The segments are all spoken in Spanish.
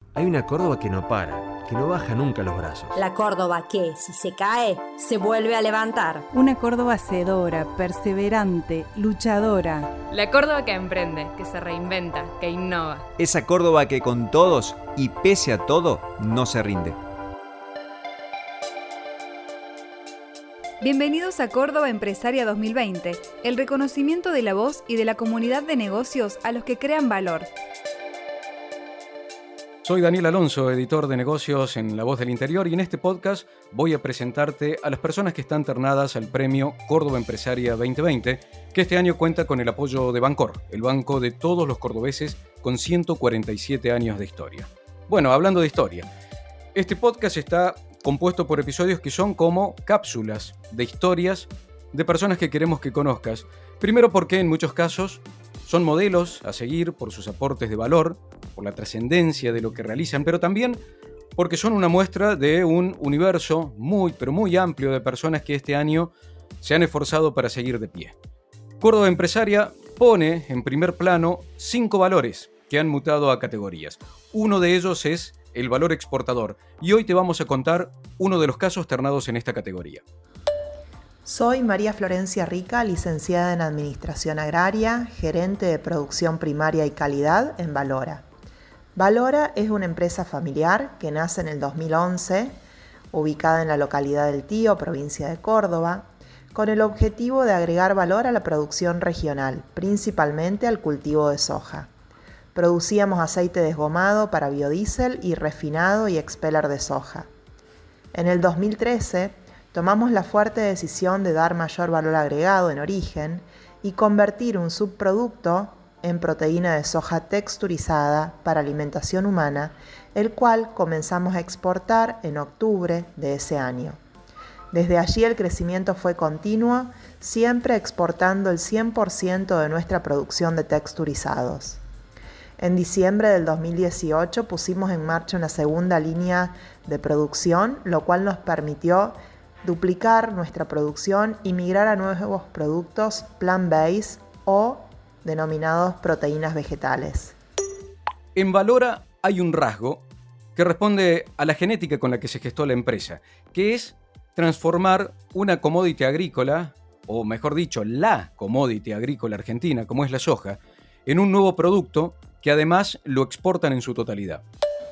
Hay una Córdoba que no para, que no baja nunca los brazos. La Córdoba que, si se cae, se vuelve a levantar. Una Córdoba hacedora, perseverante, luchadora. La Córdoba que emprende, que se reinventa, que innova. Esa Córdoba que con todos y pese a todo no se rinde. Bienvenidos a Córdoba Empresaria 2020, el reconocimiento de la voz y de la comunidad de negocios a los que crean valor. Soy Daniel Alonso, editor de negocios en La Voz del Interior, y en este podcast voy a presentarte a las personas que están ternadas al premio Córdoba Empresaria 2020, que este año cuenta con el apoyo de Bancor, el banco de todos los cordobeses con 147 años de historia. Bueno, hablando de historia, este podcast está compuesto por episodios que son como cápsulas de historias de personas que queremos que conozcas. Primero porque en muchos casos son modelos a seguir por sus aportes de valor, por la trascendencia de lo que realizan, pero también porque son una muestra de un universo muy, pero muy amplio de personas que este año se han esforzado para seguir de pie. Córdoba Empresaria pone en primer plano 5 valores que han mutado a categorías. Uno de ellos es el valor exportador, y hoy te vamos a contar uno de los casos ternados en esta categoría. Soy María Florencia Rica, licenciada en Administración Agraria, gerente de producción primaria y calidad en Valora. Valora es una empresa familiar que nace en el 2011, ubicada en la localidad del Tío, provincia de Córdoba, con el objetivo de agregar valor a la producción regional, principalmente al cultivo de soja. Producíamos aceite desgomado para biodiesel y refinado y expeller de soja. En el 2013 tomamos la fuerte decisión de dar mayor valor agregado en origen y convertir un subproducto en proteína de soja texturizada para alimentación humana, el cual comenzamos a exportar en octubre de ese año. Desde allí el crecimiento fue continuo, siempre exportando el 100% de nuestra producción de texturizados. En diciembre del 2018 pusimos en marcha una segunda línea de producción, lo cual nos permitió duplicar nuestra producción y migrar a nuevos productos plant-based o denominados proteínas vegetales. En Valora hay un rasgo que responde a la genética con la que se gestó la empresa, que es transformar una commodity agrícola, o mejor dicho, la commodity agrícola argentina, como es la soja, en un nuevo producto que además lo exportan en su totalidad.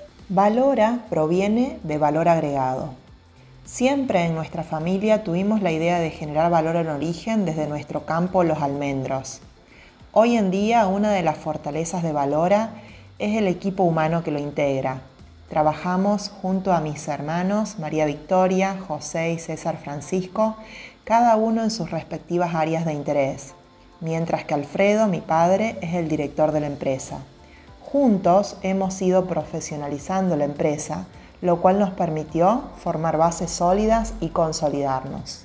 Valora proviene de valor agregado. Siempre en nuestra familia tuvimos la idea de generar valor en origen desde nuestro campo Los Almendros. Hoy en día una de las fortalezas de Valora es el equipo humano que lo integra. Trabajamos junto a mis hermanos María Victoria, José y César Francisco, cada uno en sus respectivas áreas de interés, mientras que Alfredo, mi padre, es el director de la empresa. Juntos hemos ido profesionalizando la empresa, lo cual nos permitió formar bases sólidas y consolidarnos.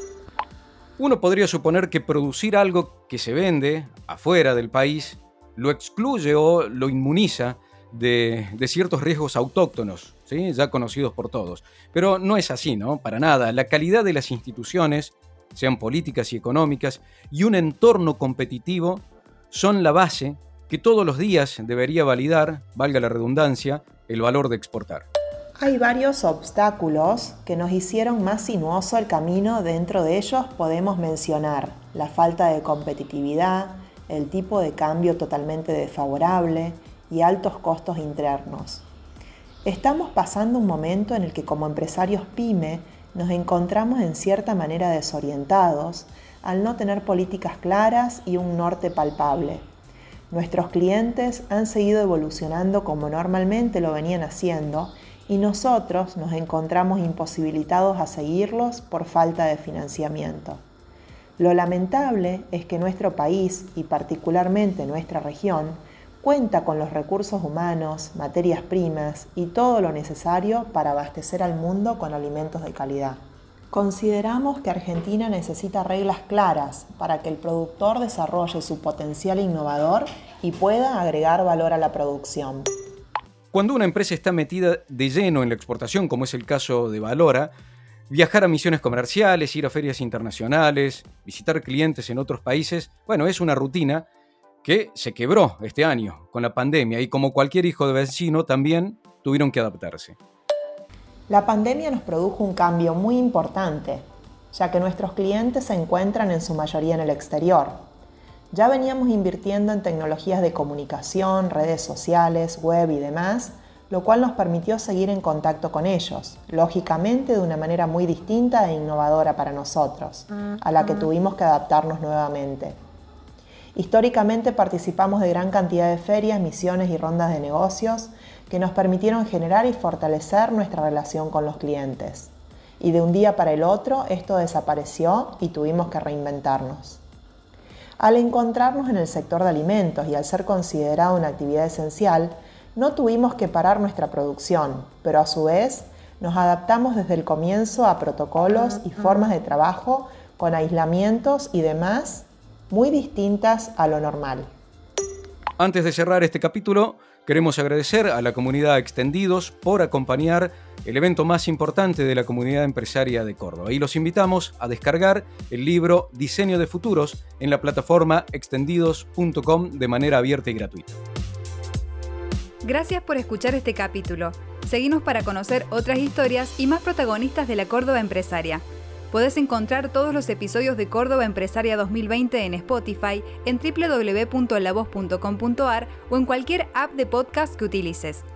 Uno podría suponer que producir algo que se vende afuera del país lo excluye o lo inmuniza de ciertos riesgos autóctonos, ¿sí? Ya conocidos por todos. Pero no es así, ¿no? Para nada. La calidad de las instituciones, sean políticas y económicas, y un entorno competitivo son la base que todos los días debería validar, valga la redundancia, el valor de exportar. Hay varios obstáculos que nos hicieron más sinuoso el camino. Dentro de ellos podemos mencionar la falta de competitividad, el tipo de cambio totalmente desfavorable y altos costos internos. Estamos pasando un momento en el que como empresarios pyme nos encontramos en cierta manera desorientados al no tener políticas claras y un norte palpable. Nuestros clientes han seguido evolucionando como normalmente lo venían haciendo y nosotros nos encontramos imposibilitados a seguirlos por falta de financiamiento. Lo lamentable es que nuestro país, y particularmente nuestra región, cuenta con los recursos humanos, materias primas y todo lo necesario para abastecer al mundo con alimentos de calidad. Consideramos que Argentina necesita reglas claras para que el productor desarrolle su potencial innovador y pueda agregar valor a la producción. Cuando una empresa está metida de lleno en la exportación, como es el caso de Valora, viajar a misiones comerciales, ir a ferias internacionales, visitar clientes en otros países, bueno, es una rutina que se quebró este año con la pandemia y como cualquier hijo de vecino también tuvieron que adaptarse. La pandemia nos produjo un cambio muy importante, ya que nuestros clientes se encuentran en su mayoría en el exterior. Ya veníamos invirtiendo en tecnologías de comunicación, redes sociales, web y demás, lo cual nos permitió seguir en contacto con ellos, lógicamente de una manera muy distinta e innovadora para nosotros, a la que tuvimos que adaptarnos nuevamente. Históricamente participamos de gran cantidad de ferias, misiones y rondas de negocios que nos permitieron generar y fortalecer nuestra relación con los clientes. Y de un día para el otro esto desapareció y tuvimos que reinventarnos. Al encontrarnos en el sector de alimentos y al ser considerado una actividad esencial, no tuvimos que parar nuestra producción, pero a su vez nos adaptamos desde el comienzo a protocolos y formas de trabajo con aislamientos y demás muy distintas a lo normal. Antes de cerrar este capítulo, queremos agradecer a la comunidad Extendidos por acompañar el evento más importante de la comunidad empresaria de Córdoba. Y los invitamos a descargar el libro Diseño de Futuros en la plataforma extendidos.com de manera abierta y gratuita. Gracias por escuchar este capítulo. Seguinos para conocer otras historias y más protagonistas de la Córdoba empresaria. Podés encontrar todos los episodios de Córdoba Empresaria 2020 en Spotify, en www.lavoz.com.ar o en cualquier app de podcast que utilices.